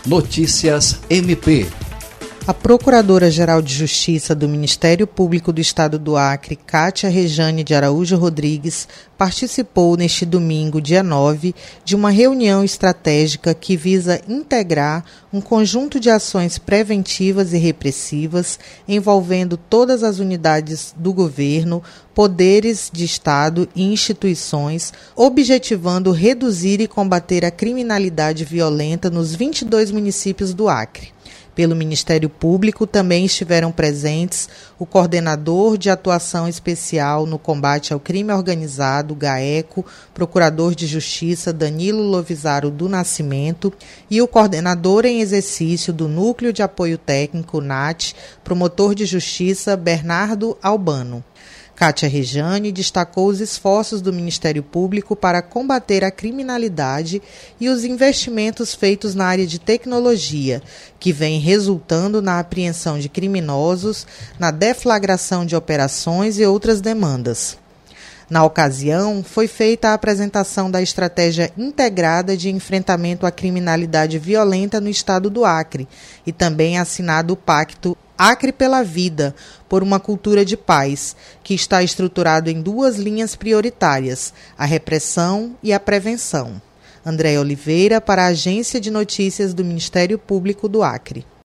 Notícias MP. A Procuradora-Geral de Justiça do Ministério Público do Estado do Acre, Kátia Rejane de Araújo Rodrigues, participou neste domingo, dia 9, de uma reunião estratégica que visa integrar um conjunto de ações preventivas e repressivas envolvendo todas as unidades do governo, poderes de Estado e instituições, objetivando reduzir e combater a criminalidade violenta nos 22 municípios do Acre. Pelo Ministério Público também estiveram presentes o coordenador de atuação especial no combate ao crime organizado, GAECO, procurador de Justiça Danilo Lovisaro do Nascimento e o coordenador em exercício do Núcleo de Apoio Técnico, NAT, promotor de Justiça Bernardo Albano. Kátia Rejane destacou os esforços do Ministério Público para combater a criminalidade e os investimentos feitos na área de tecnologia, que vem resultando na apreensão de criminosos, na deflagração de operações e outras demandas. Na ocasião, foi feita a apresentação da Estratégia Integrada de Enfrentamento à Criminalidade Violenta no Estado do Acre e também assinado o Pacto Acre pela Vida, por uma cultura de paz, que está estruturado em duas linhas prioritárias, a repressão e a prevenção. Andréia Oliveira, para a Agência de Notícias do Ministério Público do Acre.